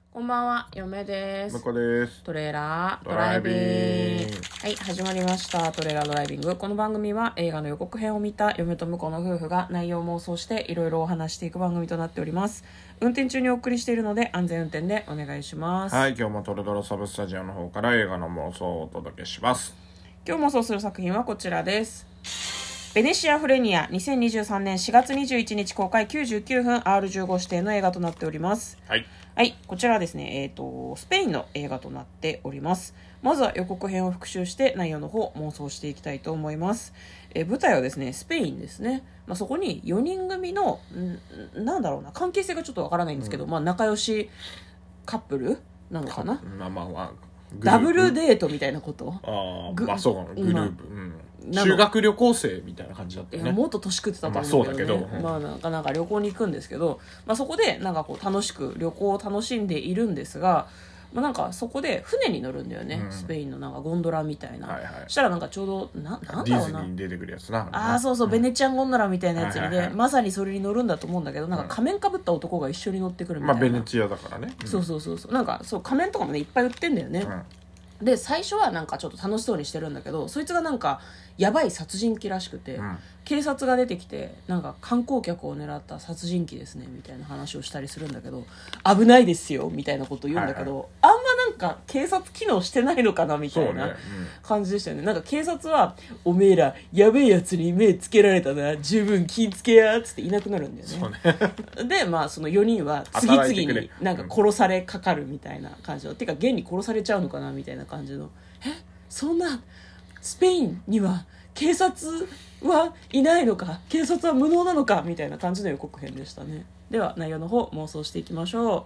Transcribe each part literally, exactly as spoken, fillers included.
こんばんは、嫁です。 向こうです。 トレーラードドライライビング。 ビング。 はい、始まりました。トレーラードライビング。この番組は映画の予告編を見た嫁と婿の夫婦が内容を妄想していろいろお話していく番組となっております。運転中にお送りしているので安全運転でお願いします。 はい、今日もトレドラサブスタジオの方から映画の妄想をお届けします。 今日妄想する作品はこちらです。ベネシア・フレニアにせんにじゅうさんねんしがつにじゅういちにち公開きゅうじゅうきゅうふん アールじゅうご 指定の映画となっております。 はい。 はい、こちらはですね、えっと、スペインの映画となっております。まずは予告編を復習して内容の方妄想していきたいと思います。えー舞台はですね、スペインですね。まあ、そこによにん組の、んなんだろうな、関係性がちょっとわからないんですけど、まあ、仲良しカップルなのかな。 まあまあまあ、グループダブルデートみたいなこと。 ああ、 グまあそうかな、グループ。うんなの修学旅行生みたいな感じだったいやよね。 もっと年食ってたと思うんだけどね、 まあそうだけどうんまあなんかなんか旅行に行くんですけど、まあ、そこでなんかこう楽しく旅行を楽しんでいるんですが、まあ、なんかそこで船に乗るんだよね、 うんスペインのなんかゴンドラみたいな、 はいはいそしたらなんかちょうどななんディだろうなズニーに出てくるやつな。 ああそうそう、 んベネチアンゴンドラみたいなやつにで、 はいはいはいまさにそれに乗るんだと思うんだけど、なんか仮面かぶった男が一緒に乗ってくるみたいな、 まあベネチアだからね。 そうそうそうそう、なんかそう仮面とかもねいっぱい売ってんだよね、 うんで最初はなんかちょっと楽しそうにしてるんだけど、そいつがなんかやばい殺人鬼らしくて、 うん警察が出てきてなんか観光客を狙った殺人鬼ですねみたいな話をしたりするんだけど、危ないですよみたいなことを言うんだけど、 はいあんまなんか警察機能してないのかなみたいなそうねうん感じでしたよね。なんか警察はおめえらやべえやつに目つけられたな、十分気ぃつけやっつっていなくなるんだよね。 そうね。 でまあそのよにんは次々 働いてくれになんか殺されかかるみたいな感じの、てか現に殺されちゃうのかなみたいな感じの、えそんなスペインには警察はいないのか、警察は無能なのかみたいな感じの予告編でしたね。では内容の方妄想していきましょう。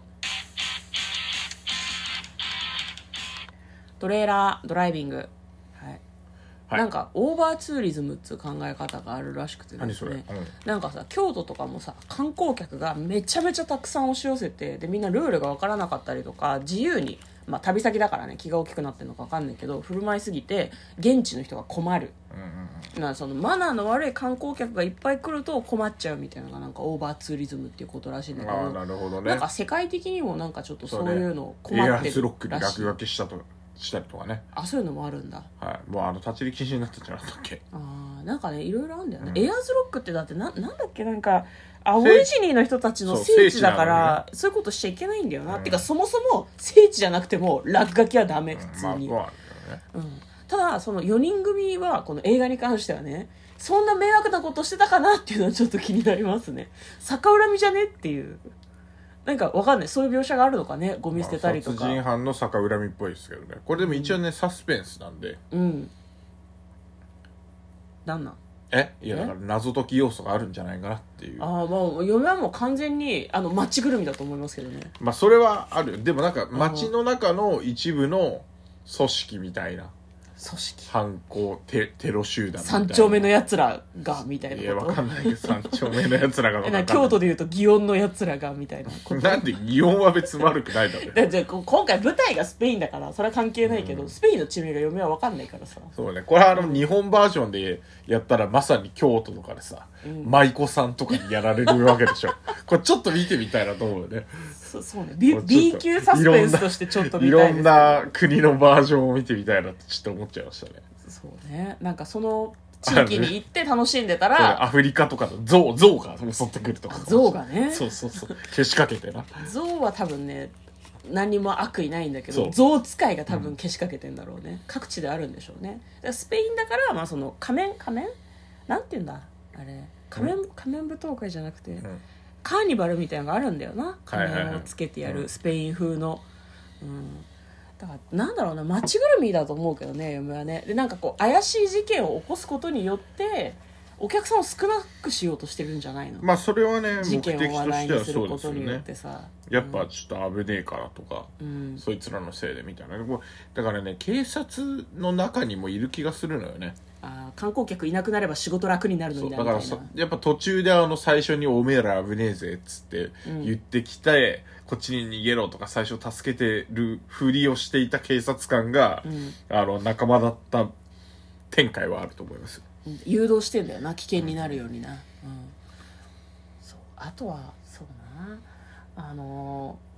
トレーラードライビング、はいはいなんかオーバーツーリズムっていう考え方があるらしくてですね、 何それうんなんかさ京都とかもさ観光客がめちゃめちゃたくさん押し寄せて、でみんなルールが分からなかったりとか自由に、まあ、旅先だからね気が大きくなってるのか分かんないけど振る舞いすぎて現地の人が困る、 うんうんなんかそのマナーの悪い観光客がいっぱい来ると困っちゃうみたいなのがなんかオーバーツーリズムっていうことらしいんだけど、 ああなるほどね。 なんか世界的にもなんかちょっとそういうの困エアってースロックにるらしい。 落書きしたとしたりとかね。 あそういうのもあるんだ。 はい。もうあの立ち入り禁止になったんじゃなかったっけ。 あーなんかねいろいろあるんだよね、 うんエアーズロックってだってななんだっけ、なんかアボリジニーの人たちのそう聖地だから聖そういうことしちゃいけないんだよな、 うんっていうかそもそも聖地じゃなくても落書きはダメ普通に、 まあまあね。 うん、ただそのよにん組はこの映画に関してはねそんな迷惑なことしてたかなっていうのはちょっと気になりますね。逆恨みじゃねっていう、なんかわかんない、そういう描写があるのかね、ゴミ捨てたりとか、 まあ殺人犯の逆恨みっぽいですけどね。これでも一応ね、サスペンスなんで。 うんなんなんえいやえだから謎解き要素があるんじゃないかなっていう。 ああもう嫁はもう完全にあの街ぐるみだと思いますけどね。 まあそれはある。でもなんか街の中の一部の組織みたいな組織犯行テテロ集団みたいな。 三丁目のやつらがみたいいやなことわかんないけど三丁目のやつらがわかんなえない京都でいうと祇園のやつらがみたいなことなんで祇園は別に悪くないだろうよ。 ででこ今回舞台がスペインだからそれは関係ないけど、 うんスペインの地名が嫁は分かんないからさ。 そうね。これはあの日本バージョンでやったらまさに京都とかでさ、 うん舞妓さんとかにやられるわけでしょ。これちょっと見てみたいなと思うよね。 そそうね B, これちょっと B 級サスペンスとしてちょっと見いろんたいですけどな国のバージョンを見てみたいなってちょっと思っちゃいましたね。 そうね、なんかその地域に行って楽しんでたそれらアフリカとかの象象が襲ってくるとか。 象がねそうそうそう。けしかけてな。 象は多分ね何にも悪意ないんだけどそう象使いが多分けしかけてんだろうね、各地であるんでしょうね。だからスペインだから、まあ、その仮面仮面なんて言うんだあれ仮面仮面舞踏会じゃなくて、 うんカーニバルみたいなのがあるんだよな、仮はいはいはい面をつけてやうんるスペイン風の、うん、だからなんだろうな街ぐるみだと思うけどね嫁はね。でなんかこう怪しい事件を起こすことによってお客さんを少なくしようとしてるんじゃないの、 まあそれはね、 事目的と件を話題してはにするそうですよことによっね。 てさ、 やっぱちょっと危ねえからとか、 うん、 そいつらのせいでみたいな。こうだからね、警察の中にもいる気がするのよね。 あー観光客いなくなれば仕事楽になるのそうになみたいな。 だからさやっぱ途中であの最初におめえら危ねえぜっつって言ってきて、こっちに逃げろとか最初助けてるふりをしていた警察官が、 うんあの仲間だった展開はあると思います。 誘導してんだよな危険になるようにな、うん、そうあとはそうなあのー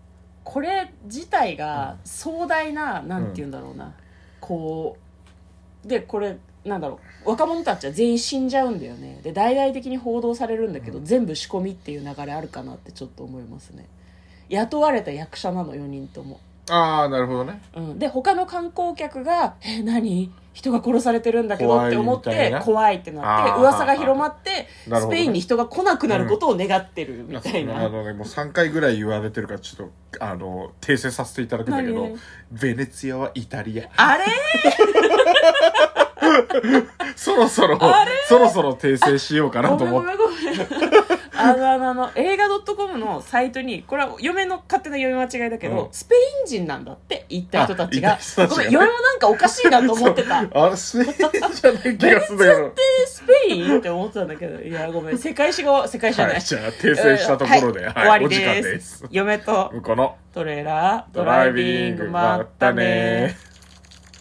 これ自体が壮大な、うん、なんて言うんだろうな、こうでこれなんだろう、若者たちは全員死んじゃうんだよね。で大々的に報道されるんだけど、うん、全部仕込みっていう流れあるかなってちょっと思いますね。雇われた役者なのよにんとも。 ああなるほどね、 うん、で他の観光客がえ何人が殺されてるんだけどって思って怖いってなって噂が広まって、ね、スペインに人が来なくなることを願ってるみたいな、うん、 あの、ね、もうさんかいぐらい言われてるからちょっとあの訂正させていただくんだけど、ベネツィアはイタリア。 あれそろそろそろそろ訂正しようかなと思って。ごめんごめんごめんあのあのあの映画 .com のサイトに、これは嫁の勝手な読み間違いだけど、うん、スペイン人なんだって言った人たちが、ごめん、嫁もなんかおかしいなと思ってた。 あ、スペインじゃない気がするんだけど。 ってスペインって思ってたんだけど、いやごめん、世界史が世界史じゃない、はい、 じゃあ訂正したところで、はいはい、 終わりです。嫁と向こうのトレーラードライビング、まったね。